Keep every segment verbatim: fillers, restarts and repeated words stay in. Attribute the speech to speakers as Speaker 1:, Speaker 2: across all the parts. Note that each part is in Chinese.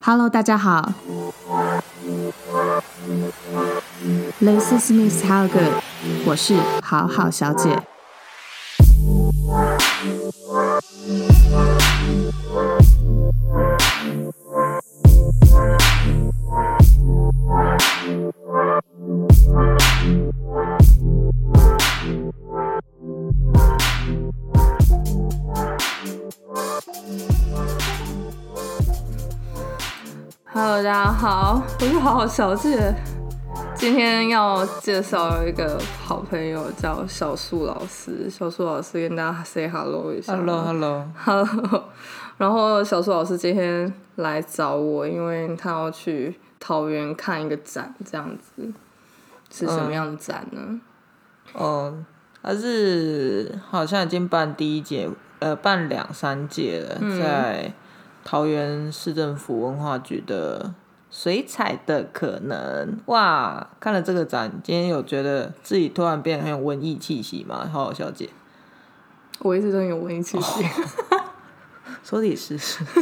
Speaker 1: Hello， 大家好。This is Miss How Good， 我是好好小姐。Hello， 大家好，我是好好小姐。今天要介绍一个好朋友，叫小树老师。小树老师跟大家 say hello 一下。
Speaker 2: Hello，Hello，Hello。
Speaker 1: 然后小树老师今天来找我，因为他要去桃园看一个展，这样子是什么样的展呢？
Speaker 2: 嗯、哦，他是好像已经办第一届，呃，办两三届了，嗯、在桃园市政府文化局的水彩的可能。哇，看了这个展，今天有觉得自己突然变得很有文艺气息吗？好好小姐，
Speaker 1: 我一直都有文艺气息。
Speaker 2: 哦、说的也是。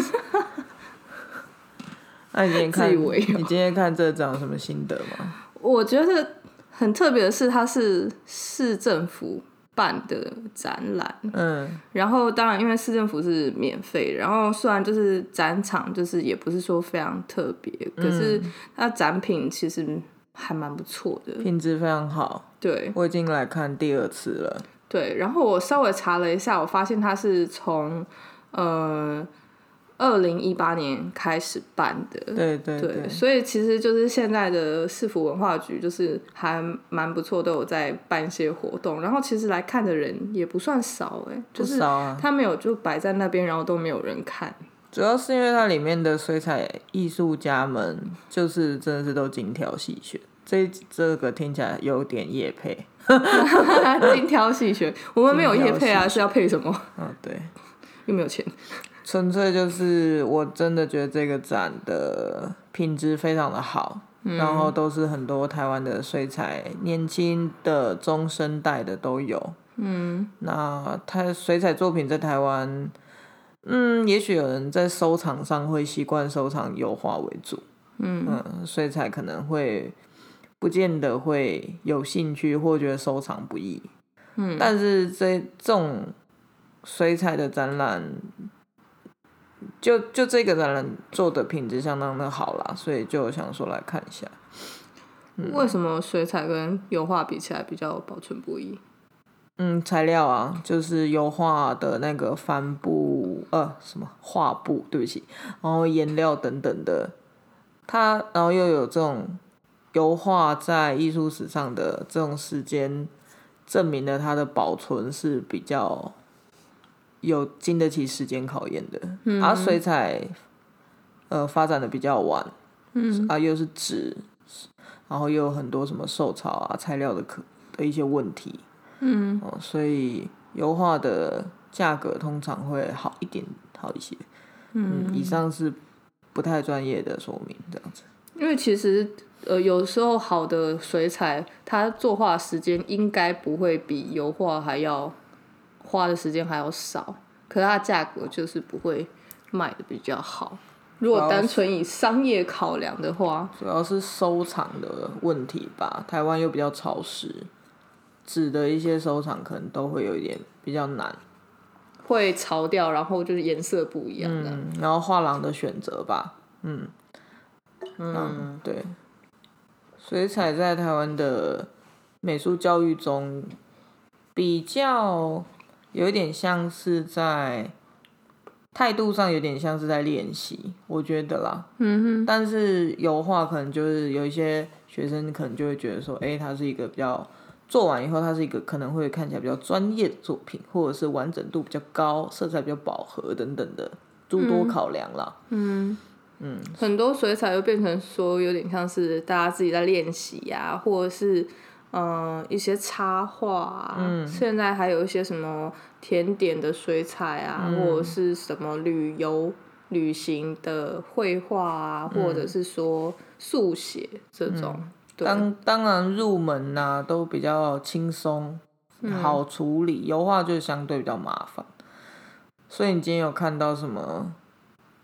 Speaker 2: 那你今天看，你今天看这展有什么心得吗？
Speaker 1: 我觉得很特别的是，它是市政府办的展览，嗯，然后当然因为市政府是免费，然后虽然就是展场就是也不是说非常特别，嗯、可是它展品其实还蛮不错的，
Speaker 2: 品质非常好。对，我已经来看第二次了。
Speaker 1: 对，然后我稍微查了一下，我发现它是从呃。二零一八年开始办的，
Speaker 2: 对对 对, 对，
Speaker 1: 所以其实就是现在的市府文化局就是还蛮不错，都有在办一些活动，然后其实来看的人也不算少哎，就是他没有就摆在那边，然后都没有人看。
Speaker 2: 主要是因为它里面的水彩艺术家们就是真的是都精挑细选，这这个听起来有点业配，
Speaker 1: 精挑细选，我们没有业配啊，是要配什么？
Speaker 2: 嗯，对，
Speaker 1: 又没有钱。
Speaker 2: 纯粹就是我真的觉得这个展的品质非常的好，嗯、然后都是很多台湾的水彩年轻的中生代的都有。嗯，那他水彩作品在台湾，嗯，也许有人在收藏上会习惯收藏油画为主，嗯, 嗯，水彩可能会不见得会有兴趣或觉得收藏不易。嗯，但是这这种水彩的展览。就就这个展览做的品质相当的好啦，所以就想说来看一下。
Speaker 1: 嗯、为什么水彩跟油画比起来比较保存不易？
Speaker 2: 嗯，材料啊，就是油画的那个帆布，呃，什么画布，对不起，然后颜料等等的，它然后又有这种油画在艺术史上的这种时间，证明了它的保存是比较。有经得起时间考验的，嗯、而水彩，呃，发展的比较晚，嗯、啊，又是纸，然后又有很多什么受潮啊、材料的可的一些问题，嗯、呃，所以油画的价格通常会好一点，好一些，嗯，嗯以上是不太专业的说明，这样子。
Speaker 1: 因为其实，呃，有时候好的水彩，它作画时间应该不会比油画还要。花的时间还要少，可是它的价格就是不会卖的比较好。如果单纯以商业考量的话，
Speaker 2: 主要是收藏的问题吧。台湾又比较潮湿，纸的一些收藏可能都会有一点比较难，
Speaker 1: 会潮掉，然后就是颜色不一样的。
Speaker 2: 嗯，然后画廊的选择吧，嗯，嗯，对。水彩在台湾的美术教育中比较。有一点像是在态度上，有点像是在练习，我觉得啦。嗯哼。但是油画可能就是有一些学生可能就会觉得说，哎、欸，它是一个比较做完以后，它是一个可能会看起来比较专业的作品，或者是完整度比较高、色彩比较饱和等等的诸多考量啦。嗯
Speaker 1: 嗯。很多水彩又变成说有点像是大家自己在练习呀，或者是。嗯，一些插画啊，嗯、现在还有一些什么甜点的水彩啊，嗯、或者是什么旅游旅行的绘画啊，嗯、或者是说速写这种。嗯、
Speaker 2: 当当然入门啊都比较轻松，好处理，嗯、油画就相对比较麻烦。所以你今天有看到什么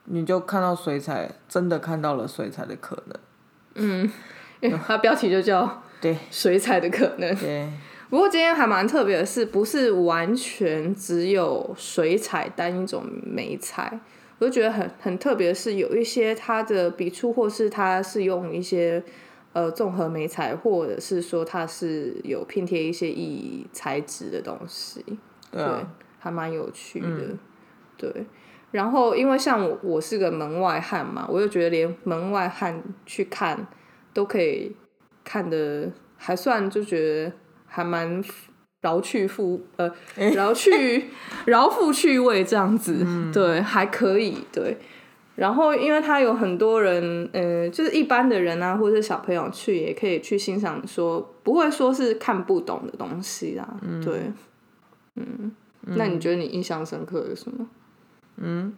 Speaker 2: 你就看到水彩，真的看到了水彩的可能。
Speaker 1: 嗯，因为它标题就叫
Speaker 2: 对
Speaker 1: 水彩的可能。
Speaker 2: 对。
Speaker 1: 不过今天还蛮特别的是，不是完全只有水彩单一种媒材，我就觉得很很特别的是，有一些它的笔触，或是它是用一些呃综合媒材，或者是说它是有拼贴一些异材质的东西，
Speaker 2: 对啊，
Speaker 1: 对，还蛮有趣的，嗯、对。然后因为像我我是个门外汉嘛，我就觉得连门外汉去看都可以看的还算就觉得还蛮饶去富呃饶去饶富趣味这样子，嗯、对，还可以对。然后因为他有很多人，呃，就是一般的人啊，或者是小朋友去也可以去欣赏说，不会说是看不懂的东西啦，嗯、对，嗯，那你觉得你印象深刻的是什么？
Speaker 2: 嗯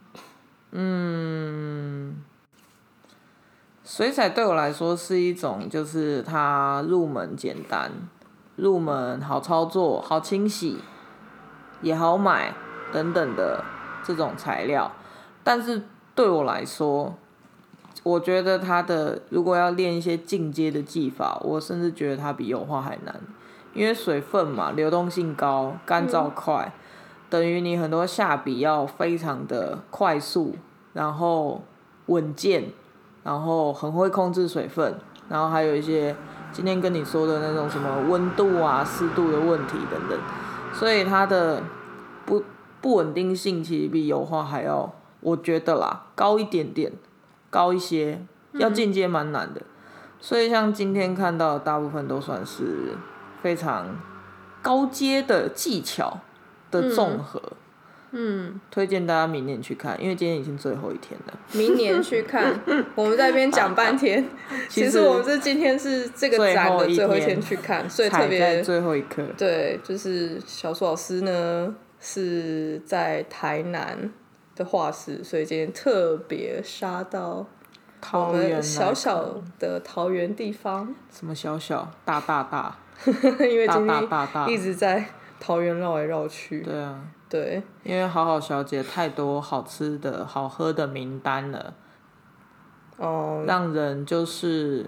Speaker 2: 嗯，水彩对我来说是一种，就是它入门简单，入门好操作、好清洗，也好买等等的这种材料。但是对我来说，我觉得它的如果要练一些进阶的技法，我甚至觉得它比油画还难，因为水分嘛，流动性高，干燥快。嗯，等于你很多下笔要非常的快速，然后稳健，然后很会控制水分，然后还有一些今天跟你说的那种什么温度啊、湿度的问题等等，所以它的不不稳定性其实比油画还要，我觉得啦，高一点点，高一些，要进阶蛮难的。所以像今天看到的大部分都算是非常高阶的技巧的综合，嗯，嗯推荐大家明年去看，因为今天已经最后一天了。
Speaker 1: 明年去看，我们在那边讲半天，其实我们是今天是这个展的最后一天去看，所以特别
Speaker 2: 在最后一刻。
Speaker 1: 对，就是小苏老师呢是在台南的画室，所以今天特别杀到我们小小的桃园地方。
Speaker 2: 什么小小？大大大。
Speaker 1: 因为今天一直在桃园绕来绕去。
Speaker 2: 对啊。
Speaker 1: 对。
Speaker 2: 因为好好小姐太多好吃的好喝的名单了。哦。让人就是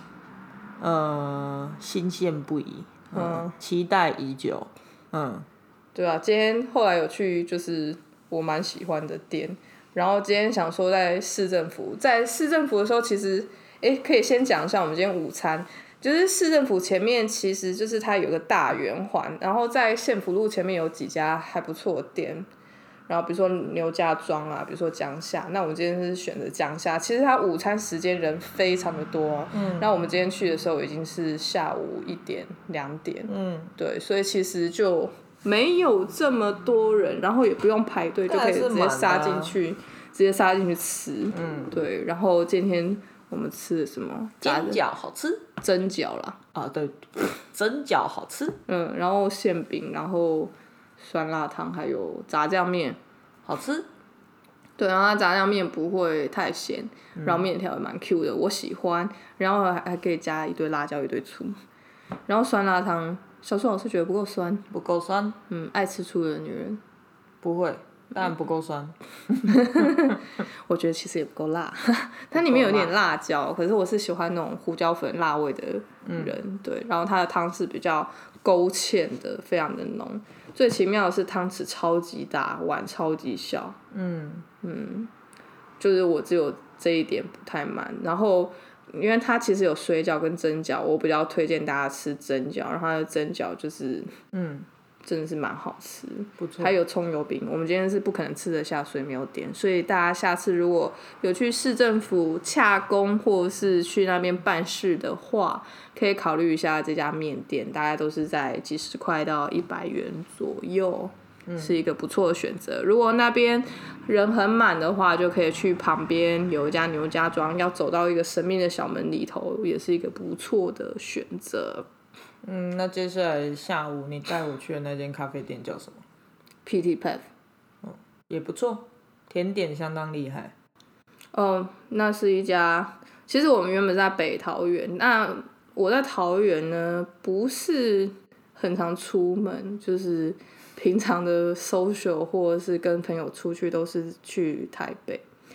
Speaker 2: 呃新鲜不已，嗯，嗯期待已久，嗯。
Speaker 1: 对啊，今天后来有去就是我蛮喜欢的店，然后今天想说在市政府，在市政府的时候，其实哎可以先讲一下我们今天午餐。就是市政府前面其实就是它有个大圆环，然后在县府路前面有几家还不错的店，然后比如说牛家庄啊，比如说江夏，那我们今天是选择江夏，其实它午餐时间人非常的多，嗯，那我们今天去的时候已经是下午一点两点，嗯，对，所以其实就没有这么多人，然后也不用排队就可以直接杀进去，直接杀进去吃，嗯，对，然后今天我们吃的什么？
Speaker 2: 煎饺好吃，
Speaker 1: 蒸饺啦。
Speaker 2: 啊，对，蒸饺好吃。
Speaker 1: 嗯，然后馅饼，然后酸辣汤，还有炸酱面，
Speaker 2: 好吃。
Speaker 1: 对，然后它炸酱面不会太咸，嗯、然后面条也蛮 Q 的，我喜欢。然后还还可以加一堆辣椒，一堆醋。然后酸辣汤，小苏老师觉得不够酸。
Speaker 2: 不够酸。
Speaker 1: 嗯，爱吃醋的女人。
Speaker 2: 不会。当然不够酸，
Speaker 1: 我觉得其实也不够辣，它里面有点辣椒，可是我是喜欢那种胡椒粉辣味的人，嗯、对。然后它的汤是比较勾芡的，非常的浓。最奇妙的是汤匙超级大，碗超级小，嗯嗯，就是我只有这一点不太满。然后因为它其实有水饺跟蒸饺，我比较推荐大家吃蒸饺，然后它的蒸饺就是嗯。真的是蛮好吃，
Speaker 2: 不错。
Speaker 1: 还有葱油饼，我们今天是不可能吃得下，所以没有点。所以大家下次如果有去市政府洽公或是去那边办事的话，可以考虑一下这家面店，大概都是在几十块到一百元左右，嗯、是一个不错的选择。如果那边人很满的话，就可以去旁边有一家牛家庄，要走到一个神秘的小门里头，也是一个不错的选择。
Speaker 2: 嗯，那接下来下午你带我去的那间咖啡店叫什么
Speaker 1: ？P T Path。
Speaker 2: 嗯，也不错，甜点相当厉害。
Speaker 1: 哦，那是一家，其实我们原本在北桃园，那我在桃园呢，不是很常出门，就是平常的 social 或者是跟朋友出去都是去台北。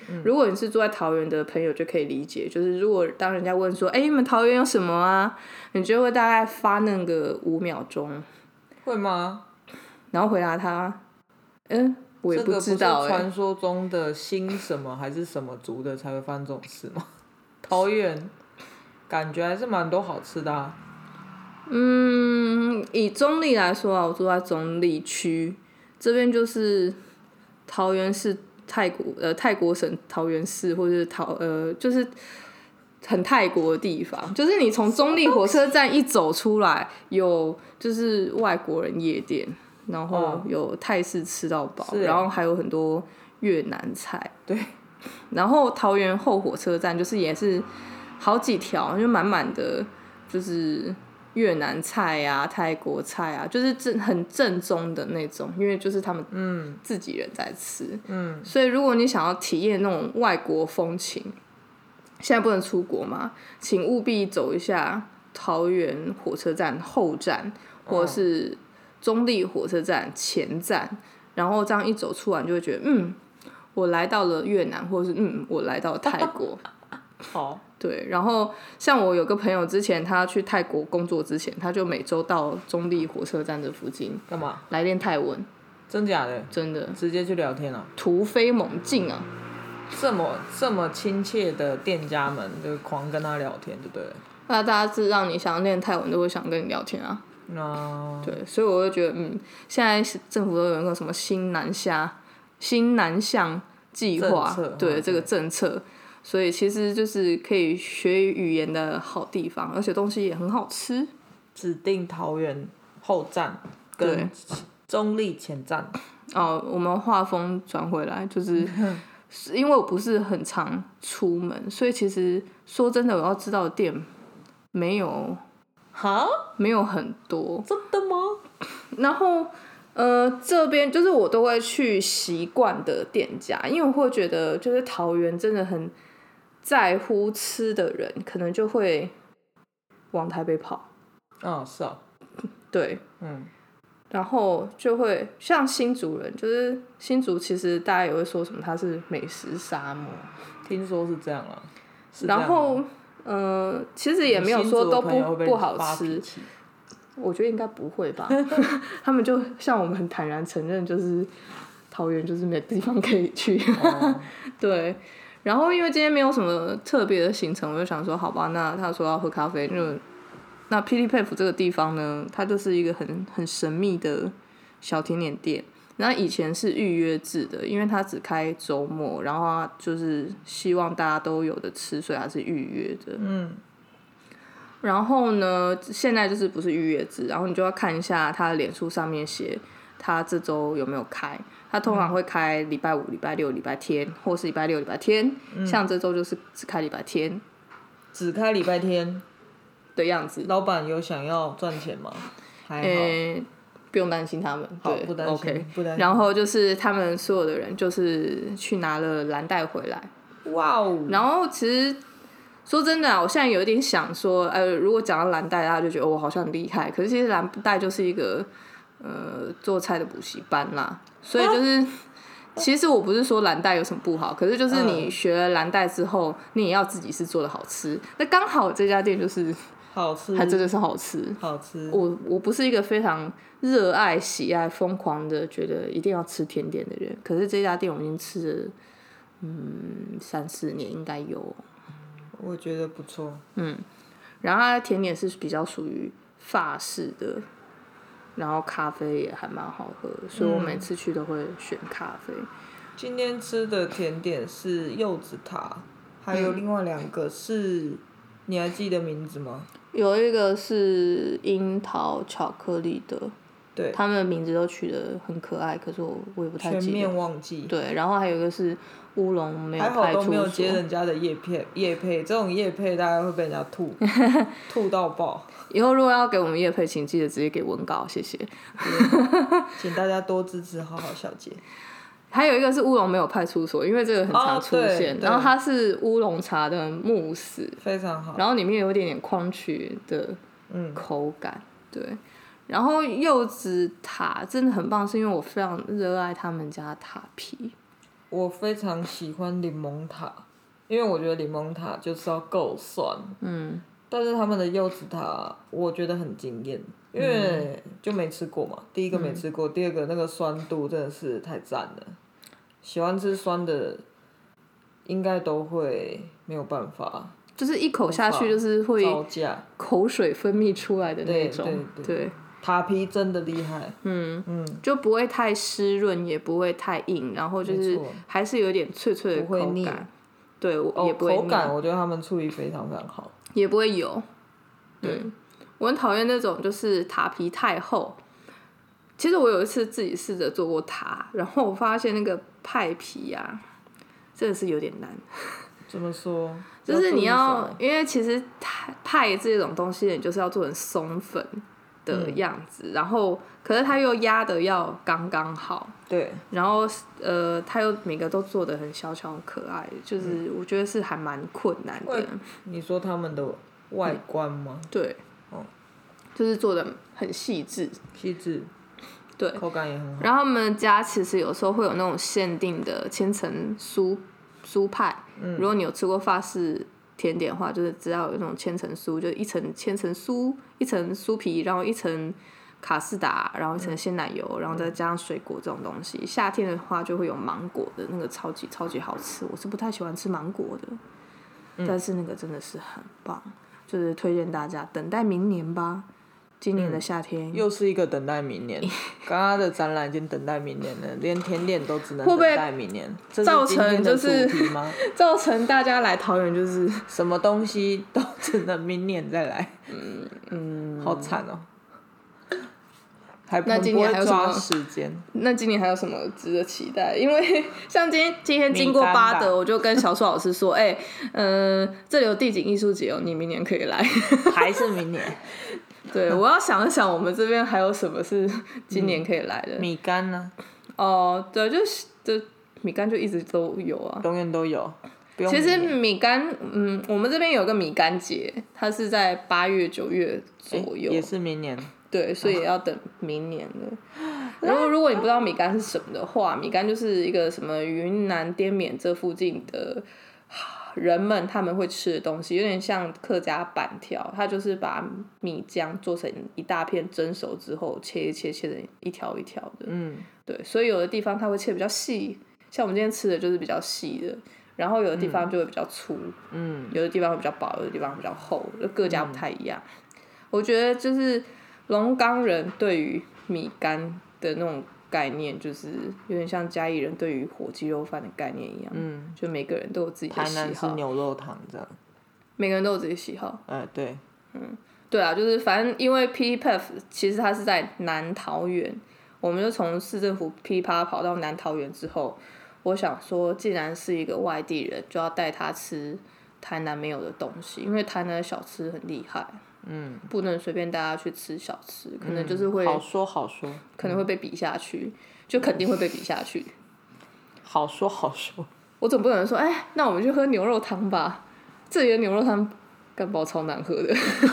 Speaker 1: 嗯、如果你是住在桃园的朋友就可以理解，就是如果当人家问说，哎、欸，你们桃园有什么啊？你就会大概发那个五秒钟。
Speaker 2: 会吗？
Speaker 1: 然后回答他，嗯，我也不知道、欸。
Speaker 2: 这个不是传说中的新什么还是什么族的才会发生这种事吗？桃园感觉还是蛮多好吃的啊。
Speaker 1: 嗯，以中立来说啊，我住在中立区，这边就是桃园市泰国呃泰国省桃园市，或者是桃呃就是很泰国的地方，就是你从中立火车站一走出来，有就是外国人夜店，然后有泰式吃到饱，
Speaker 2: 哦、
Speaker 1: 然后还有很多越南菜，
Speaker 2: 对，
Speaker 1: 然后桃园后火车站就是也是好几条，就满满的就是越南菜啊、泰国菜啊，就是正很正宗的那种，因为就是他们自己人在吃，嗯，所以如果你想要体验那种外国风情，现在不能出国嘛，请务必走一下桃园火车站后站，或者是中立火车站前站，然后这样一走出来，你就会觉得嗯。我来到了越南，或者是嗯，我来到了泰国。
Speaker 2: 好，
Speaker 1: 对，然后像我有个朋友，之前他去泰国工作之前，他就每周到中立火车站的附近
Speaker 2: 干嘛？
Speaker 1: 来练泰文。
Speaker 2: 真假的？
Speaker 1: 真的。
Speaker 2: 直接去聊天啊？
Speaker 1: 突飞猛进啊！
Speaker 2: 这么这么亲切的店家们，就狂跟他聊天，对不对？
Speaker 1: 那大家知道你想要练泰文，都会想跟你聊天啊。
Speaker 2: 啊。
Speaker 1: 对，所以我就觉得，嗯，现在政府都有一个什么新南下。新南向计划，对这个政策，所以其实就是可以学语言的好地方，而且东西也很好吃。
Speaker 2: 指定桃园后站跟中立前站。
Speaker 1: 哦，我们话锋转回来，就是因为我不是很常出门，所以其实说真的，我要知道的店没有，
Speaker 2: 哈，
Speaker 1: 没有很多。
Speaker 2: 真的吗？
Speaker 1: 然后。呃，这边就是我都会去习惯的店家，因为我会觉得，就是桃园真的很在乎吃的人，可能就会往台北跑。
Speaker 2: 哦，是啊。
Speaker 1: 对，
Speaker 2: 嗯。
Speaker 1: 然后就会像新竹人，就是新竹，其实大家也会说什么，它是美食沙漠。
Speaker 2: 听说是这样啊。
Speaker 1: 然后，呃，其实也没有说都不不好吃。我觉得应该不会吧，他们就像我们很坦然承认，就是桃园就是没地方可以去，哦、对。然后因为今天没有什么特别的行程，我就想说，好吧，那他说要喝咖啡，就那霹雳佩服这个地方呢，它就是一个很很神秘的小甜点店。那以前是预约制的，因为它只开周末，然后它就是希望大家都有的吃，所以它是预约的。嗯。然后呢，现在就是不是预约制，然后你就要看一下他的脸书上面写他这周有没有开，他通常会开礼拜五、礼拜六、礼拜天，或是礼拜六、礼拜天，嗯、像这周就是只开礼拜天，
Speaker 2: 只开礼拜天
Speaker 1: 的样子。
Speaker 2: 老板有想要赚钱吗？还好，
Speaker 1: 欸、不用担心他们，对，
Speaker 2: 不担心
Speaker 1: ，OK，
Speaker 2: 不担心。
Speaker 1: 然后就是他们所有的人就是去拿了蓝带回来，
Speaker 2: 哇哦，
Speaker 1: 然后其实。说真的啊，我现在有一点想说，呃，如果讲到蓝带，大家就觉得我、哦、好像很厉害。可是其实蓝带就是一个呃做菜的补习班啦，所以就是、啊、其实我不是说蓝带有什么不好，可是就是你学了蓝带之后，你也要自己是做的好吃。那刚好这家店就是
Speaker 2: 好吃，
Speaker 1: 还真的是好吃，
Speaker 2: 好吃。
Speaker 1: 我我不是一个非常热爱、喜爱、疯狂的觉得一定要吃甜点的人，可是这家店我已经吃了嗯三四年应该有。
Speaker 2: 我觉得不错。
Speaker 1: 嗯，然后它的甜点是比较属于法式的，然后咖啡也还蛮好喝，所以我每次去都会选咖啡。嗯、
Speaker 2: 今天吃的甜点是柚子塔，还有另外两个是，嗯、你还记得名字吗？
Speaker 1: 有一个是樱桃巧克力的。
Speaker 2: 对，
Speaker 1: 他们的名字都取得很可爱，可是我我也不太记得。
Speaker 2: 全面忘记。
Speaker 1: 对，然后还有一个是乌龙没有派出所。
Speaker 2: 还好都没有接人家的业配，业配这种业配大概会被人家吐，吐到爆。
Speaker 1: 以后如果要给我们业配，请记得直接给文稿，谢谢。
Speaker 2: 请大家多支持好好小姐。
Speaker 1: 还有一个是乌龙没有派出所，因为这个很常出现，哦、然后它是乌龙茶的慕斯，
Speaker 2: 非常好，
Speaker 1: 然后里面有一点点矿曲的口感，嗯、对。然后柚子塔真的很棒，是因为我非常热爱他们家塔皮。
Speaker 2: 我非常喜欢柠檬塔，因为我觉得柠檬塔就是要够酸。嗯。但是他们的柚子塔我觉得很惊艳，因为就没吃过嘛。第一个没吃过，嗯、第二个那个酸度真的是太赞了。喜欢吃酸的，应该都会没有办法。
Speaker 1: 就是一口下去就是会口水分泌出来的那种。
Speaker 2: 对对
Speaker 1: 对, 对
Speaker 2: 塔皮真的厉害。
Speaker 1: 嗯嗯，就不会太湿润，也不会太硬，然后就是还是有点脆脆的口感。对，
Speaker 2: 哦、
Speaker 1: 也不会腻。
Speaker 2: 口感我觉得他们处理非常非常好。
Speaker 1: 也不会油。对，嗯、我很讨厌那种就是塔皮太厚。其实我有一次自己试着做过塔，然后我发现那个派皮啊，真的是有点难。
Speaker 2: 怎么说？
Speaker 1: 就是你要，因为其实派这种东西，你就是要做成松粉的样子，嗯、然后可是它又压的要刚刚好。
Speaker 2: 对。
Speaker 1: 然后呃，它又每个都做的很小巧很可爱，就是我觉得是还蛮困难的。
Speaker 2: 你说他们的外观吗？
Speaker 1: 嗯、对。哦。就是做的很细致。
Speaker 2: 细致。
Speaker 1: 对。
Speaker 2: 口感也很好。
Speaker 1: 然后他们家其实有时候会有那种限定的千层酥酥派。嗯、如果你有吃过法式甜点的话，就是只要有那种千层酥，就一层千层酥，一层酥皮，然后一层卡士达，然后一层鲜奶油，嗯、然后再加上水果这种东西。夏天的话就会有芒果的那个超级超级好吃，我是不太喜欢吃芒果的，嗯、但是那个真的是很棒，就是推荐大家等待明年吧。今年的夏天、
Speaker 2: 嗯、又是一个等待明年。刚刚的展览已经等待明年了，连甜点都只能等待明年。会不会造成就是
Speaker 1: 造成大家来桃园就是
Speaker 2: 什么东西都只能明年再来？嗯嗯，好惨哦。还
Speaker 1: 那今年还有什么
Speaker 2: 时间？
Speaker 1: 那今年还有什么值得期待？因为像今天今天经过巴德，我就跟小树老师说，哎、欸，嗯、呃，这里有地景艺术节哦，你明年可以来。
Speaker 2: 还是明年？
Speaker 1: 对，我要想一想，我们这边还有什么是今年可以来的？
Speaker 2: 嗯、米干呢？
Speaker 1: 哦、呃，对，就是就米干就一直都有啊，
Speaker 2: 永远都有。
Speaker 1: 其实米干，嗯，我们这边有个米干节，它是在八月九月左右，
Speaker 2: 欸、也是明年。
Speaker 1: 对，所以也要等明年了。然后，如果你不知道米干是什么的话，米干就是一个什么云南滇缅这附近的人们他们会吃的东西，有点像客家板条，它就是把米浆做成一大片蒸熟之后，切一切切成一条一条的。嗯，对，所以有的地方它会切比较细，像我们今天吃的就是比较细的，然后有的地方就会比较粗，嗯，有的地方会比较薄，有的地方比较厚，就各家不太一样。嗯、我觉得就是龙岗人对于米干的那种概念，就是有点像嘉义人对于火鸡肉饭的概念一样，嗯，就每个人都有自己的喜好。
Speaker 2: 台南是牛肉汤这样。
Speaker 1: 每个人都有自己的喜好。
Speaker 2: 哎、呃，对。
Speaker 1: 嗯，对啊，就是反正因为 P P F 其实它是在南桃园，我们就从市政府噼啪跑到南桃园之后，我想说，既然是一个外地人，就要带他吃台南没有的东西，因为台南的小吃很厉害。嗯，不能随便带他去吃小吃，可能就是会、
Speaker 2: 嗯、好说好说，
Speaker 1: 可能会被比下去，就肯定会被比下去。
Speaker 2: 好说好说，
Speaker 1: 我总不能说，哎、欸，那我们去喝牛肉汤吧？这里的牛肉汤干爆超难喝的。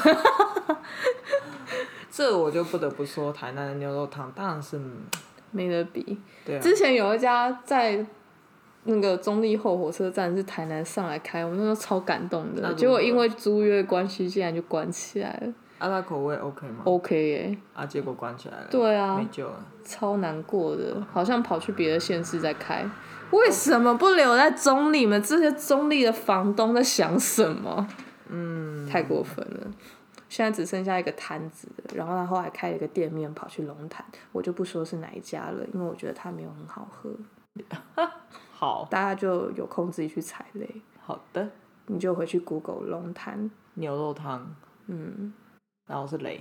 Speaker 2: 这我就不得不说，台南的牛肉汤当然是
Speaker 1: 没得比。
Speaker 2: 对啊。
Speaker 1: 之前有一家在那个中立后火车站是台南上来开，我那时候超感动的，结果因为租约关系，竟然就关起来了。
Speaker 2: 啊，它口味 OK 吗
Speaker 1: ？OK 耶、欸。
Speaker 2: 啊，结果关起来了。
Speaker 1: 对啊。
Speaker 2: 没救了。
Speaker 1: 超难过的，好像跑去别的县市在开，为什么不留在中立？你们这些中立的房东在想什么？嗯。太过分了。现在只剩下一个摊子了，然后他后来开了一个店面，跑去龙潭，我就不说是哪一家了，因为我觉得它没有很好喝。
Speaker 2: 好，
Speaker 1: 大家就有空自己去踩雷。
Speaker 2: 好的，
Speaker 1: 你就回去 Google 龙潭
Speaker 2: 牛肉汤，嗯，然后是雷，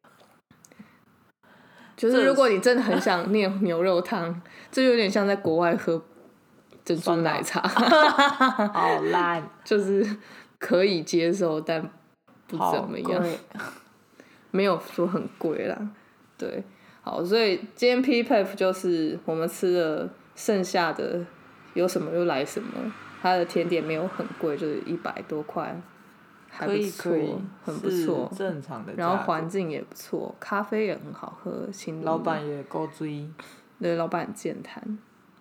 Speaker 1: 就是如果你真的很想念牛肉汤，这就有点像在国外喝珍珠奶茶，
Speaker 2: 好烂，
Speaker 1: 就是可以接受，但不怎么样，没有说很贵啦，对，好，所以今天 P P F 就是我们吃了剩下的。有什么就来什么，它的甜点没有很贵，就是一百多块，还不错，很不错，
Speaker 2: 正常的。
Speaker 1: 然后环境也不错，咖啡也很好喝，清
Speaker 2: 老板也够追，
Speaker 1: 对，老板很健谈，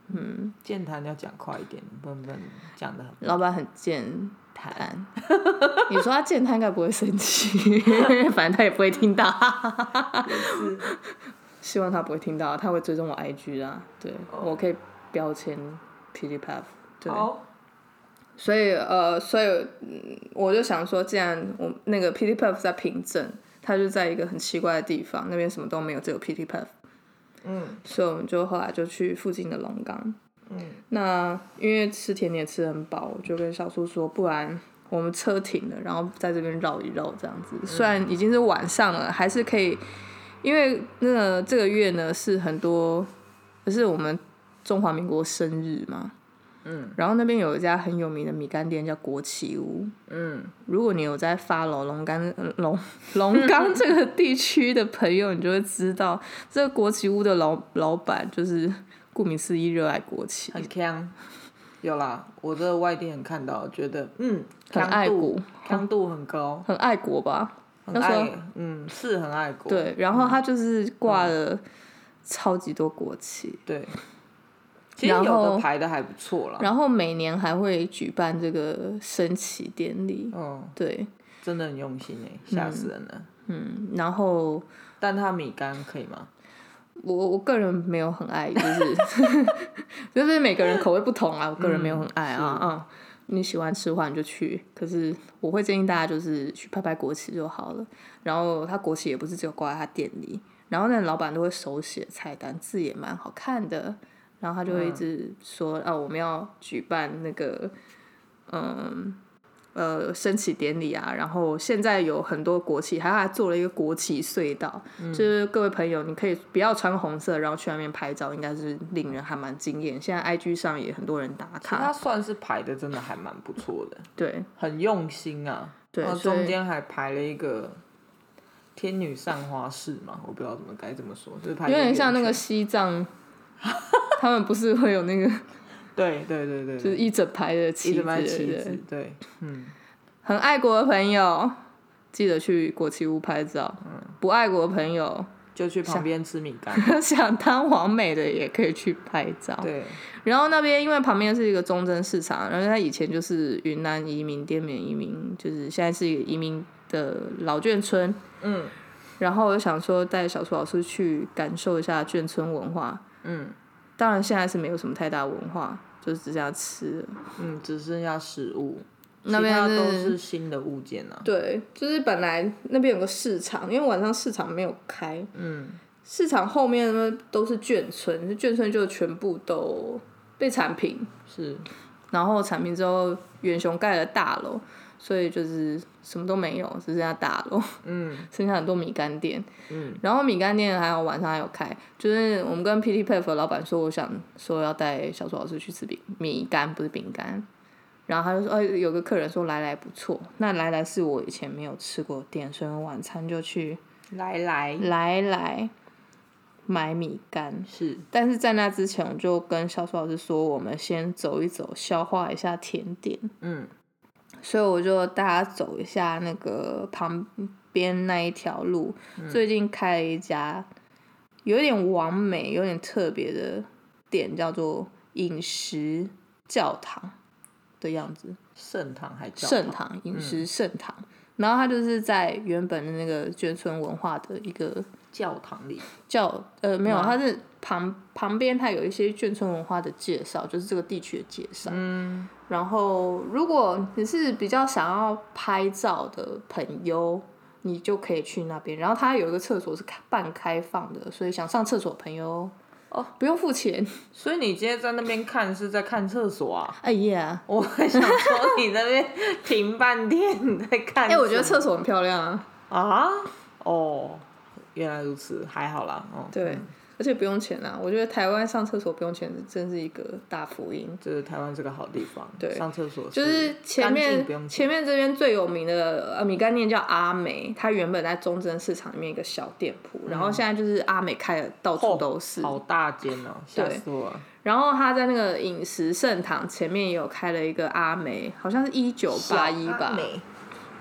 Speaker 1: 嗯，
Speaker 2: 健谈要讲快一点，不能不能讲的很。
Speaker 1: 老板很健谈，你说他健谈应该不会生气，反正他也不会听到。
Speaker 2: 是，
Speaker 1: 希望他不会听到，他会追踪我 I G 啦。对，哦、我可以标签 P D P A F。对。好。所以呃，所以、嗯、我就想说，既然我那个 P D P A F 在平镇，它就在一个很奇怪的地方，那边什么都没有，只有 P D P A F。嗯。所以我们就后来就去附近的龙岗。嗯。那因为吃甜点吃得很饱，我就跟小苏说，不然我们车停了，然后在这边绕一绕这样子。嗯、虽然已经是晚上了，还是可以，因为那个这个月呢是很多，是我们中华民国生日嘛。嗯，然后那边有一家很有名的米干店叫国旗屋。嗯，如果你有在 follow 龙岗龙龙岗这个地区的朋友，你就会知道这个国旗屋的老老板就是顾名思义热爱国旗，
Speaker 2: 很强。有啦，我这个外地人看到觉得嗯，
Speaker 1: 很爱国，
Speaker 2: 强度很高，
Speaker 1: 很爱国吧？
Speaker 2: 很爱，嗯，是很爱国。
Speaker 1: 对，然后他就是挂了超级多国旗。
Speaker 2: 嗯、对。其实有的排的还不错啦，
Speaker 1: 然后每年还会举办这个升旗典礼。嗯，对，
Speaker 2: 真的很用心哎，吓死人了。
Speaker 1: 嗯，然后，
Speaker 2: 但他米干可以吗？
Speaker 1: 我我个人没有很爱，就是就是每个人口味不同啊，我个人没有很爱啊。嗯，你喜欢吃的话你就去，可是我会建议大家就是去拍拍国旗就好了。然后他国旗也不是只有挂在他店里，然后那老板都会手写菜单，字也蛮好看的。然后他就会一直说、嗯、啊，我们要举办那个，嗯，呃，升旗典礼啊。然后现在有很多国旗，还还做了一个国旗隧道，嗯、就是各位朋友，你可以不要穿红色，然后去那边拍照，应该是令人还蛮惊艳。现在 I G 上也很多人打卡，其实
Speaker 2: 他算是排的真的还蛮不错的，
Speaker 1: 对，
Speaker 2: 很用心啊。对，然后中间还排了一个天女散花式嘛，我不知道怎么该怎么说，就是排有
Speaker 1: 点像那个西藏。他们不是会有那个，
Speaker 2: 对对对对，
Speaker 1: 就是一整排的旗子，
Speaker 2: 一整排旗子，对，嗯，
Speaker 1: 很爱国的朋友记得去国旗屋拍照，嗯，不爱国的朋友
Speaker 2: 就去旁边吃米干，
Speaker 1: 想当网美的也可以去拍照，
Speaker 2: 对。
Speaker 1: 然后那边因为旁边是一个中正市场，然后它以前就是云南移民、滇缅移民，就是现在是一个移民的老眷村，嗯。然后我就想说带小苏老师去感受一下眷村文化。嗯，当然现在是没有什么太大文化，就是只剩下吃了。
Speaker 2: 嗯，只剩下食物，那边其他都是新的物件啊。
Speaker 1: 对，就是本来那边有个市场，因为晚上市场没有开。嗯。市场后面呢都是眷村，眷村就全部都被铲平。
Speaker 2: 是。
Speaker 1: 然后铲平之后，远雄盖了大楼。所以就是什么都没有，只剩下大楼，嗯，剩下很多米干店，嗯，然后米干店还有晚上还有开，就是我们跟 P D P A F 的老板说，我想说要带小苏老师去吃饼米干，不是饼干，然后他就说，哎，有个客人说来来不错，那来来是我以前没有吃过店，所以我晚餐就去
Speaker 2: 来来
Speaker 1: 来来买米干，
Speaker 2: 是，
Speaker 1: 但是在那之前，我就跟小苏老师说，我们先走一走，消化一下甜点，嗯。所以我就带他走一下那个旁边那一条路，嗯、最近开了一家有点完美、有点特别的店，叫做饮食教堂的样子。
Speaker 2: 圣堂还教
Speaker 1: 堂？圣堂，饮食圣堂。嗯、然后它就是在原本的那个眷村文化的一个
Speaker 2: 教堂里。
Speaker 1: 教呃没有，它是旁旁边它有一些眷村文化的介绍，就是这个地区的介绍。嗯。然后，如果你是比较想要拍照的朋友，你就可以去那边。然后它有一个厕所是半开放的，所以想上厕所的朋友哦不用付钱。
Speaker 2: 所以你今天在那边看是在看厕所啊？
Speaker 1: 哎呀，
Speaker 2: 我还想说你那边停半天在看。
Speaker 1: 哎，我觉得厕所很漂亮啊。
Speaker 2: 啊？哦，原来如此，还好啦。哦，
Speaker 1: 对。嗯，而且不用钱啊！我觉得台湾上厕所不用钱，真是一个大福音。
Speaker 2: 就是台湾是个好地方，对，上厕所
Speaker 1: 就是前面前面这边最有名的呃米干店叫阿美，它原本在中正市场里面一个小店铺，嗯、然后现在就是阿美开的到处都是，
Speaker 2: 好大间哦，吓死我了。
Speaker 1: 然后他在那个饮食圣堂前面也有开了一个阿美，好像是一九八一吧。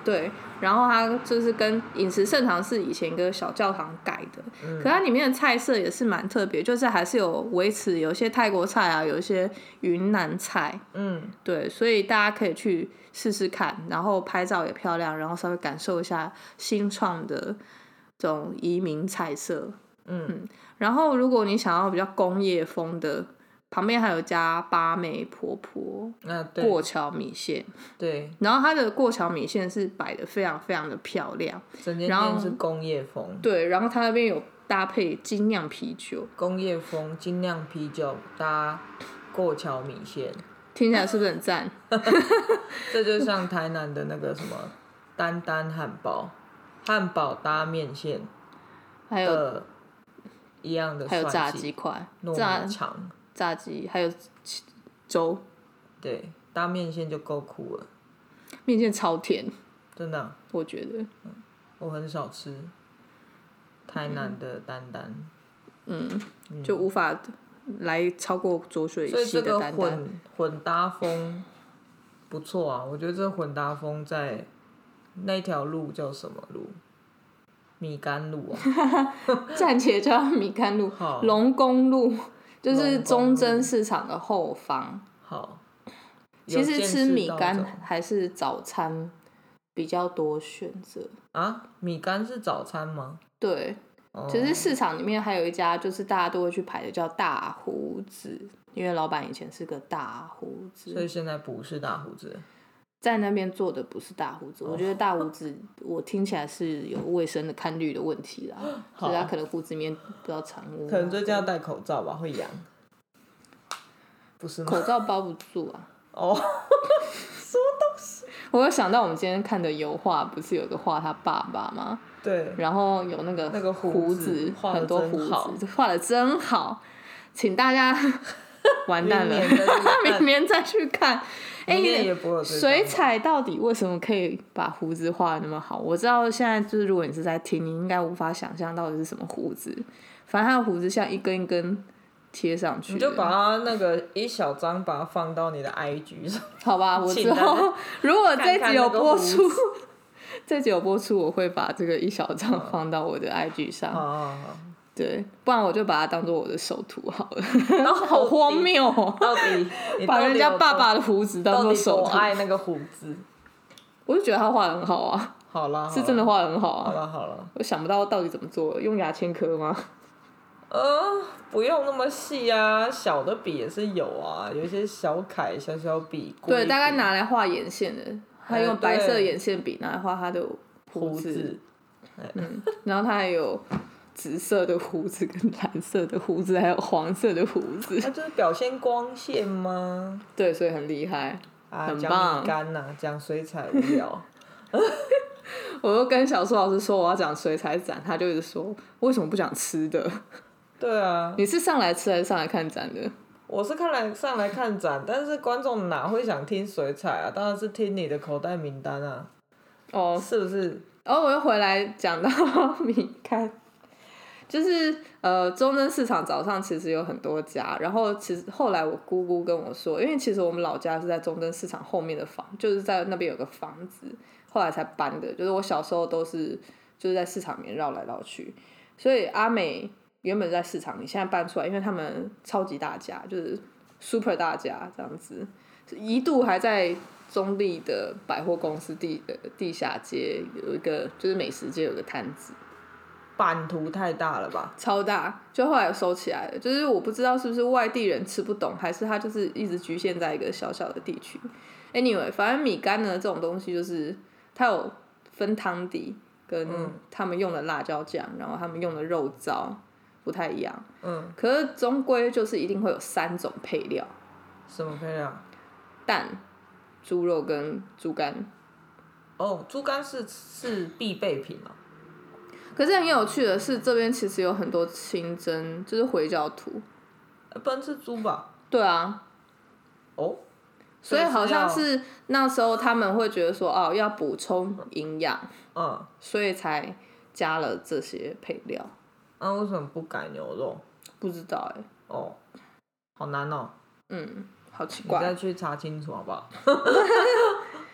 Speaker 1: 对，然后它就是跟饮食盛唐是以前一个小教堂改的，嗯、可它里面的菜色也是蛮特别，就是还是有维持有一些泰国菜啊，有一些云南菜，嗯，对，所以大家可以去试试看，然后拍照也漂亮，然后稍微感受一下新创的这种移民菜色，嗯, 嗯，然后如果你想要比较工业风的。旁边还有加八妹婆婆、啊、过桥米线，
Speaker 2: 对，
Speaker 1: 然后它的过桥米线是摆的非常非常的漂亮，
Speaker 2: 整间店是工业风，
Speaker 1: 对，然后它那边有搭配精酿啤酒，
Speaker 2: 工业风精酿啤酒搭过桥米线，
Speaker 1: 听起来是不是很赞？
Speaker 2: 这就像台南的那个什么丹丹汉堡，汉堡搭面线，
Speaker 1: 还有
Speaker 2: 一样的，
Speaker 1: 还有炸鸡块、
Speaker 2: 糯米肠。
Speaker 1: 炸鸡还有粥，
Speaker 2: 对，搭面线就够酷了。
Speaker 1: 面线超甜，
Speaker 2: 真的、啊。
Speaker 1: 我觉得、
Speaker 2: 嗯。我很少吃台南的丹丹。
Speaker 1: 嗯，嗯就无法来超过浊水溪的丹丹。
Speaker 2: 所以这个混混搭风不错啊，我觉得这混搭风在那条路叫什么路？米干路啊。
Speaker 1: 暂且叫米干路，龙宫路。就是中正市场的后方。
Speaker 2: 好。
Speaker 1: 其实吃米干还是早餐比较多选择。
Speaker 2: 啊，米干是早餐吗？
Speaker 1: 对。哦、其实市场里面还有一家，就是大家都会去排的，叫大胡子，因为老板以前是个大胡子。
Speaker 2: 所以现在不是大胡子。
Speaker 1: 在那边做的不是大胡子，哦、我觉得大胡子我听起来是有卫生的看绿的问题啦，所以他可能胡子里面不知道藏污。
Speaker 2: 可能最近要戴口罩吧，会痒。不是吗？
Speaker 1: 口罩包不住啊。
Speaker 2: 哦。什么东西？
Speaker 1: 我有想到我们今天看的油画，不是有个画他爸爸吗？
Speaker 2: 对。
Speaker 1: 然后有那个
Speaker 2: 那个
Speaker 1: 胡子，很多胡子，画的真好，请大家完蛋了，明年再去看。
Speaker 2: 哎、欸，
Speaker 1: 水彩到底为什么可以把胡子画的那么好？我知道现在就是如果你是在听，你应该无法想象到底是什么胡子。反正他的胡子像一根一根贴上去，
Speaker 2: 你就把它那个一小张，把它放到你的 I G 上。
Speaker 1: 好吧，我之后如果这集有播出，这集有播出，我会把这个一小张放到我的 I G 上。
Speaker 2: 好好好。
Speaker 1: 对，不然我就把它当做我的手图好了。然后好荒谬哦、喔！
Speaker 2: 到底
Speaker 1: 把人家爸爸的胡子当做手图？
Speaker 2: 到底多爱那个胡子？
Speaker 1: 我就觉得他画的很好啊。
Speaker 2: 好啦，
Speaker 1: 是真的画的很好啊。
Speaker 2: 好了好了。
Speaker 1: 我想不到到底怎么做，用牙签刻吗？
Speaker 2: 呃，不用那么细啊，小的笔也是有啊，有一些小楷、小小笔。
Speaker 1: 对，大概拿来画眼线的，他用白色眼线笔拿来画他的胡子。
Speaker 2: 胡子
Speaker 1: 嗯，然后他还有。紫色的胡子跟蓝色的胡子还有黄色的胡子，
Speaker 2: 那就是表现光线吗？
Speaker 1: 对，所以很厉害，
Speaker 2: 啊、
Speaker 1: 很棒。
Speaker 2: 讲米干呐，讲水彩无聊。
Speaker 1: 我就跟小苏老师说我要讲水彩展，他就一直说为什么不讲吃的？
Speaker 2: 对啊。
Speaker 1: 你是上来吃还是上来看展的？
Speaker 2: 我是看来上来看展，但是观众哪会想听水彩啊？当然是听你的口袋名单啊。哦。是不是？
Speaker 1: 然后我又回来讲到米干。就是呃，中正市场早上其实有很多家，然后其实后来我姑姑跟我说，因为其实我们老家是在中正市场后面的房，就是在那边有个房子，后来才搬的。就是我小时候都是就是在市场里面绕来绕去，所以阿美原本在市场里，现在搬出来，因为他们超级大家，就是 super 大家这样子，一度还在中立的百货公司地的地下街有一个，就是美食街有个摊子。
Speaker 2: 版图太大了吧？
Speaker 1: 超大，就后来收起来了。就是我不知道是不是外地人吃不懂，还是它就是一直局限在一个小小的地区。Anyway， 反正米干呢这种东西就是它有分汤底跟他们用的辣椒酱，然后他们用的肉燥不太一样。嗯。可是终归就是一定会有三种配料。
Speaker 2: 什么配料？
Speaker 1: 蛋、猪肉跟猪肝。
Speaker 2: 哦，猪肝是是必备品哦。
Speaker 1: 可是很有趣的是，这边其实有很多清真，就是回教徒。
Speaker 2: 不能吃猪吧？
Speaker 1: 对啊。
Speaker 2: 哦。
Speaker 1: 所以好像是那时候他们会觉得说，哦，要补充营养，
Speaker 2: 嗯，
Speaker 1: 所以才加了这些配料。
Speaker 2: 那、啊、为什么不改牛肉？
Speaker 1: 不知道哎、欸。
Speaker 2: 哦，好难哦。
Speaker 1: 嗯，好奇怪。
Speaker 2: 你再去查清楚好不好？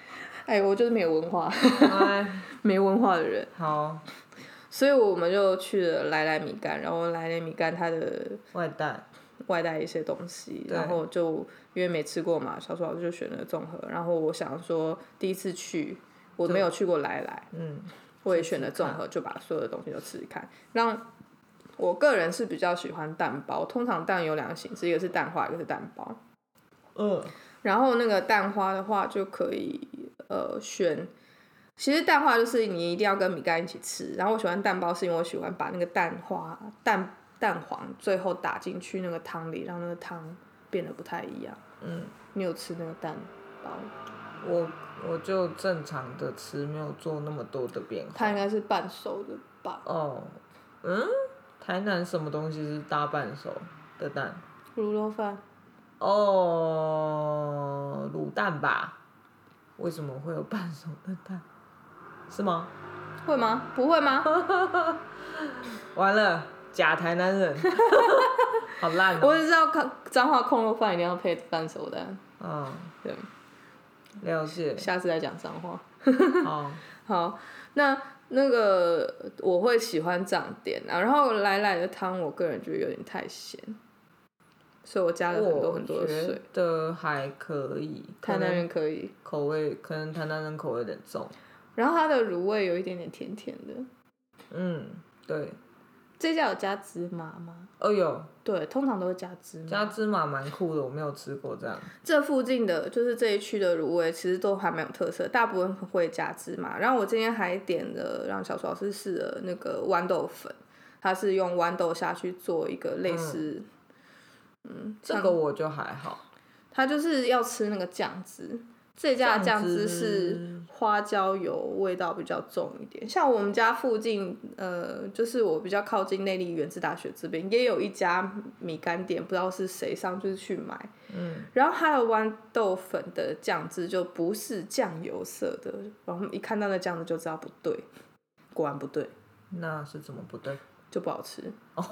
Speaker 1: 哎，我就是没有文化，没文化的人。
Speaker 2: 好。
Speaker 1: 所以我们就去了来来米干，然后来来米干它的
Speaker 2: 外带
Speaker 1: 外带一些东西，然后就因为没吃过嘛，小苏老师就选了综合，然后我想说第一次去，我没有去过来来，
Speaker 2: 嗯，
Speaker 1: 我也选了综合，就把所有的东西都吃吃看。让我个人是比较喜欢蛋包，通常蛋有两个形式，一个是蛋花，一个是蛋包。
Speaker 2: 嗯。
Speaker 1: 然后那个蛋花的话就可以呃选。其实蛋花就是你一定要跟米干一起吃，然后我喜欢蛋包是因为我喜欢把那个蛋花蛋蛋黄最后打进去那个汤里，让那个汤变得不太一样。
Speaker 2: 嗯，
Speaker 1: 你有吃那个蛋包？
Speaker 2: 我我就正常的吃，没有做那么多的变化。
Speaker 1: 它应该是半熟的吧？
Speaker 2: 哦，嗯，台南什么东西是大半熟的蛋？
Speaker 1: 卤肉饭。
Speaker 2: 哦，卤蛋吧？为什么会有半熟的蛋？是吗？
Speaker 1: 会吗？不会吗？
Speaker 2: 完了，假台南人，好烂哦、
Speaker 1: 我只知道彰化控肉饭一定要配半熟蛋。
Speaker 2: 嗯，
Speaker 1: 对，
Speaker 2: 了解。
Speaker 1: 下次再讲彰化。
Speaker 2: 好。
Speaker 1: 好，那那个我会喜欢这样点啊，然后来来的汤，我个人觉得有点太咸，所以我加了很多很多的水。
Speaker 2: 我觉得还可以。
Speaker 1: 台南人可以。
Speaker 2: 口味可能台南人口味有点重。
Speaker 1: 然后它的卤味有一点点甜甜的。
Speaker 2: 嗯，对。
Speaker 1: 这家有加芝麻吗？
Speaker 2: 哦有。
Speaker 1: 对，通常都会加芝麻。
Speaker 2: 加芝麻蛮酷的，我没有吃过这样。
Speaker 1: 这附近的就是这一区的卤味，其实都还蛮有特色，大部分会加芝麻。然后我今天还点了让小苏老师试的那个豌豆粉，它是用豌豆下去做一个类似，嗯，
Speaker 2: 嗯这个我就还好。
Speaker 1: 它就是要吃那个酱汁。这家的酱汁是花椒油，味道比较重一点。像我们家附近，呃，就是我比较靠近内坜原子大学这边，也有一家米干店，不知道是谁上去去买。
Speaker 2: 嗯。
Speaker 1: 然后还有豌豆粉的酱汁就不是酱油色的，然后一看到那酱汁就知道不对，果然不对。
Speaker 2: 那是怎么不对？
Speaker 1: 就不好吃。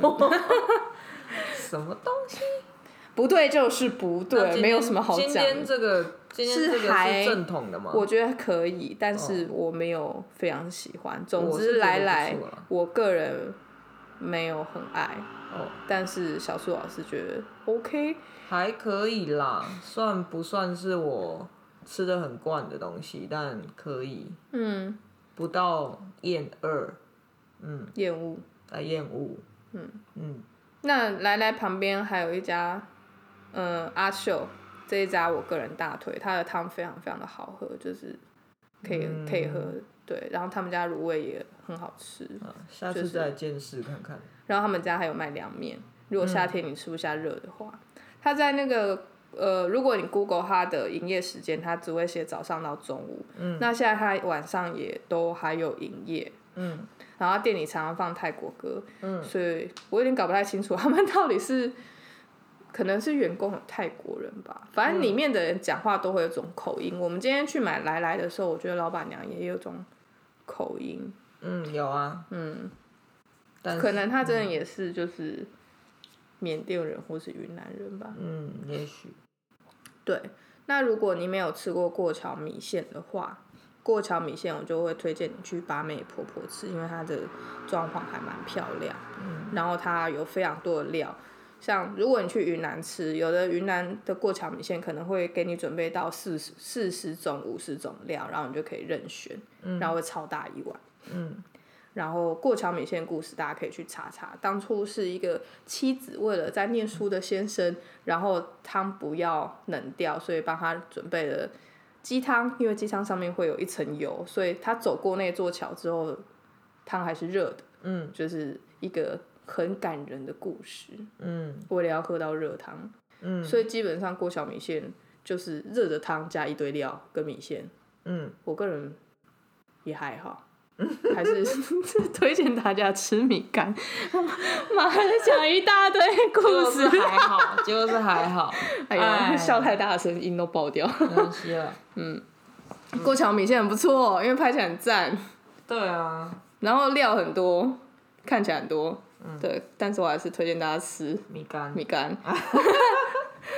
Speaker 2: 什么东西？
Speaker 1: 不对就是不对，没有什么好讲。
Speaker 2: 今天这个，今天这个是正统的吗？
Speaker 1: 我觉得可以，但是我没有非常喜欢。总之来来，我个人没有很爱。
Speaker 2: 哦。
Speaker 1: 但是小苏老师觉得 OK。
Speaker 2: 还可以啦，算不算是我吃的很惯的东西？但可以。嗯。不到厌恶。嗯。
Speaker 1: 厌恶。
Speaker 2: 来厌恶。
Speaker 1: 嗯。
Speaker 2: 嗯。
Speaker 1: 那来来旁边还有一家。嗯，阿秀这一家我个人大推，它的汤非常非常的好喝，就是可以、嗯、可以喝，对，然后他们家卤味也很好吃，
Speaker 2: 啊、下次再见识看看、就是。
Speaker 1: 然后他们家还有卖凉面，如果夏天你吃不下热的话，他、嗯、在那个呃，如果你 Google 它的营业时间，它只会写早上到中午，嗯，那现在它晚上也都还有营业，嗯，然后店里常常放泰国歌，嗯，所以我有点搞不太清楚他们到底是。可能是员工有泰国人吧，反正里面的人讲话都会有种口音、嗯。我们今天去买来来的时候，我觉得老板娘也有种口音。
Speaker 2: 嗯，有啊。
Speaker 1: 嗯。可能他真的也是就是缅甸人或是云南人吧。
Speaker 2: 嗯，也许。
Speaker 1: 对，那如果你没有吃过过桥米线的话，过桥米线我就会推荐你去八妹婆婆吃，因为它的装潢还蛮漂亮，嗯，然后它有非常多的料。像如果你去云南吃，有的云南的过桥米线可能会给你准备到四十四十种、五十种料，然后你就可以任选，嗯、然后会超大一碗。嗯，然后过桥米线故事大家可以去查查，当初是一个妻子为了在念书的先生，然后汤不要冷掉，所以帮他准备了鸡汤，因为鸡汤上面会有一层油，所以他走过那座桥之后，汤还是热的。嗯，就是一个。很感人的故事，嗯，为了要喝到热汤，嗯，所以基本上过桥米线就是热的汤加一堆料跟米线，嗯，我个人也还好，还是推荐大家吃米干。妈的讲一大堆故事，
Speaker 2: 还好，结果是还好，
Speaker 1: 哎呀，笑太大声，音都爆掉。
Speaker 2: 没关系了，
Speaker 1: 嗯，过桥米线很不错，因为拍起来很赞。
Speaker 2: 对啊，
Speaker 1: 然后料很多，看起来很多。嗯、对，但是我还是推荐大家吃
Speaker 2: 米干。
Speaker 1: 米干，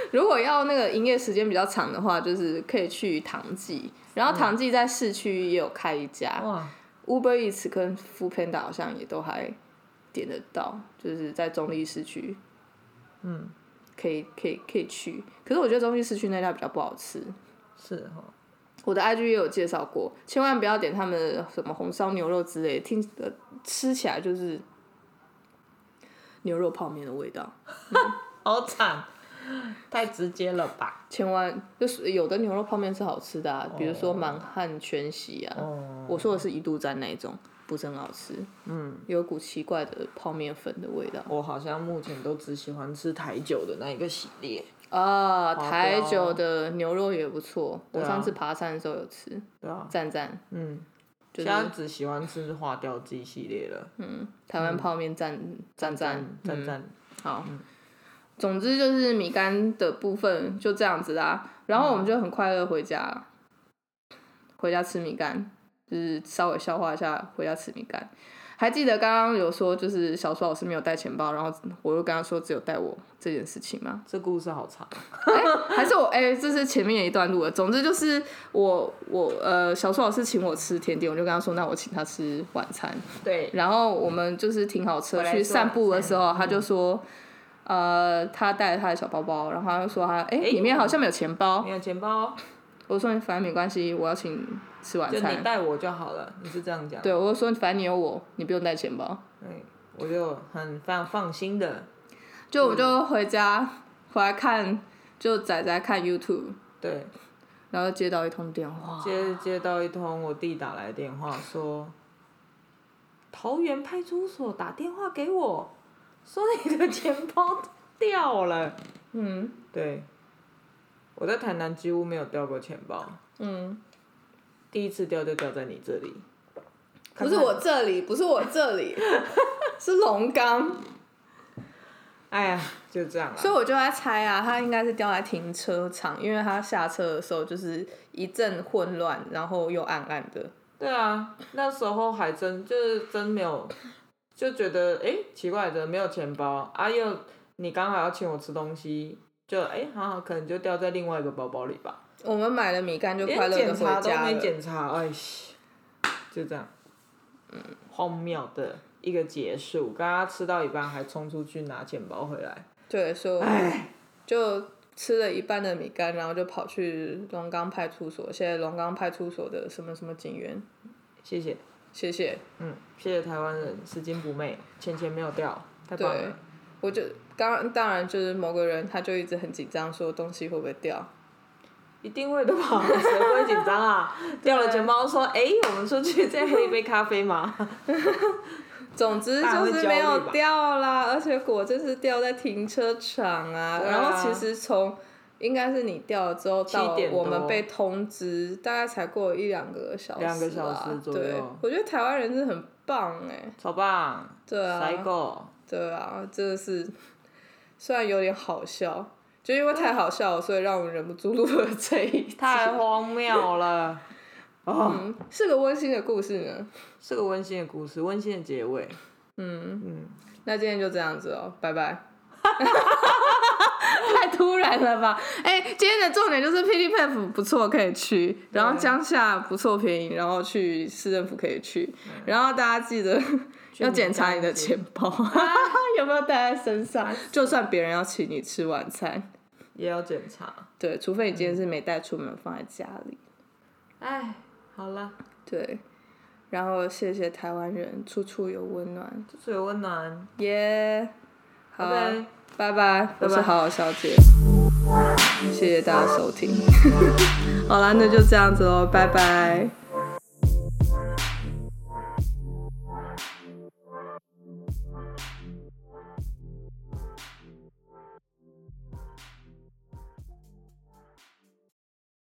Speaker 1: 如果要那个营业时间比较长的话，就是可以去唐记，然后唐记在市区也有开一家、嗯、Uber Eats 跟 Foodpanda 好像也都还点得到，就是在中立市区，嗯，可以可以可以去。可是我觉得中立市区那家比较不好吃，
Speaker 2: 是哦。
Speaker 1: 我的 I G 也有介绍过，千万不要点他们的什么红烧牛肉之类的，听呃吃起来就是牛肉泡面的味道，
Speaker 2: 嗯、好惨。太直接了吧！
Speaker 1: 千万就是有的牛肉泡面是好吃的啊， oh. 比如说满汉全席啊。Oh. 我说的是一度站那一种，不是很好吃。嗯，有股奇怪的泡面粉的味道。
Speaker 2: 我好像目前都只喜欢吃台酒的那一个系列。
Speaker 1: 啊，台酒的牛肉也不错，我上次爬山的时候有吃。
Speaker 2: 对啊。
Speaker 1: 赞赞。嗯。
Speaker 2: 就是、现在只喜欢吃花雕鸡系列了。
Speaker 1: 嗯，台湾泡面赞赞赞
Speaker 2: 赞赞。
Speaker 1: 好。嗯，总之就是米干的部分就这样子啦，然后我们就很快乐回家，嗯、回家吃米干，就是稍微消化一下，回家吃米干。还记得刚刚有说就是小苏老师没有带钱包，然后我又跟他说只有带我这件事情吗？
Speaker 2: 这故事好长。
Speaker 1: 欸、还是我哎、欸，这是前面一段路了。总之就是我我呃小苏老师请我吃甜点，我就跟他说那我请他吃晚餐。
Speaker 2: 对。
Speaker 1: 然后我们就是停好车去散步的时候，他就说。呃，他带了他的小包包，然后他就说他，哎、欸，里面好像没有钱包。
Speaker 2: 没有钱包。
Speaker 1: 我说反正没关系，我要请你吃晚餐。
Speaker 2: 就你带我就好了，你是这样讲。
Speaker 1: 对，我就说反正你有我，你不用带钱包。
Speaker 2: 对，我就很非常放心的。
Speaker 1: 就我就回家回来看，就仔仔看 YouTube。
Speaker 2: 对。
Speaker 1: 然后接到一通电话。
Speaker 2: 接接到一通我弟打来的电话说，桃园派出所打电话给我。说你的钱包掉了。嗯，对，我在台南几乎没有掉过钱包。嗯，第一次掉就掉在你这里。
Speaker 1: 不是我这里，不是我这里，是龙岗。
Speaker 2: 哎呀，就这样啦。
Speaker 1: 所以我就在猜啊，他应该是掉在停车场，因为他下车的时候就是一阵混乱，然后又暗暗的。
Speaker 2: 对啊，那时候还真就是真没有。就觉得哎、欸、奇怪的没有钱包啊，又你刚好要请我吃东西，就哎、欸、好好可能就掉在另外一个包包里吧。
Speaker 1: 我们买了米干就快乐的回家了。
Speaker 2: 连检查都没检查，哎，就这样，嗯，荒谬的一个结束。刚刚吃到一半还冲出去拿钱包回来。
Speaker 1: 对，所以就吃了一半的米干，然后就跑去龙岗派出所，谢谢龙岗派出所的什么什么警员，
Speaker 2: 谢谢。
Speaker 1: 谢谢，
Speaker 2: 嗯，谢谢台湾人拾金不昧，钱钱没有掉，太棒了。
Speaker 1: 对，我就刚当然就是某个人他就一直很紧张，说东西会不会掉？
Speaker 2: 一定会的吧，谁不会紧张啊？掉了钱包说，哎、欸，我们出去再喝一杯咖啡吗？
Speaker 1: 总之就是没有掉啦，而且果真是掉在停车场啊。啊然后其实从应该是你掉了之后到我们被通知，大概才过一两个小时，
Speaker 2: 两个小时左右。
Speaker 1: 对，我觉得台湾人是很棒哎、欸，
Speaker 2: 超棒。
Speaker 1: 对啊。
Speaker 2: 塞够。
Speaker 1: 对啊，真的是，虽然有点好笑，就因为太好笑了，所以让我们忍不住录了这一集。
Speaker 2: 太荒谬了。
Speaker 1: 哦、嗯，是个温馨的故事呢。
Speaker 2: 是个温馨的故事，温馨的结尾。
Speaker 1: 嗯嗯，那今天就这样子哦，拜拜。太突然了吧！哎、欸，今天的重点就是霹雳佩服不错，可以去；然后江夏不错，便宜，然后去市政府可以去。然后大家记得要检查你的钱包，有没有带在身上。就算别人要请你吃晚餐，
Speaker 2: 也要检查。
Speaker 1: 对，除非你今天是没带出门，放在家里。
Speaker 2: 哎，好了。
Speaker 1: 对，然后谢谢台湾人，处处有温暖。
Speaker 2: 处处有温暖。
Speaker 1: 耶、yeah ，好。
Speaker 2: Okay.
Speaker 1: 拜拜，我是好好小姐，谢谢大家收听。好啦，那就这样子咯，拜拜。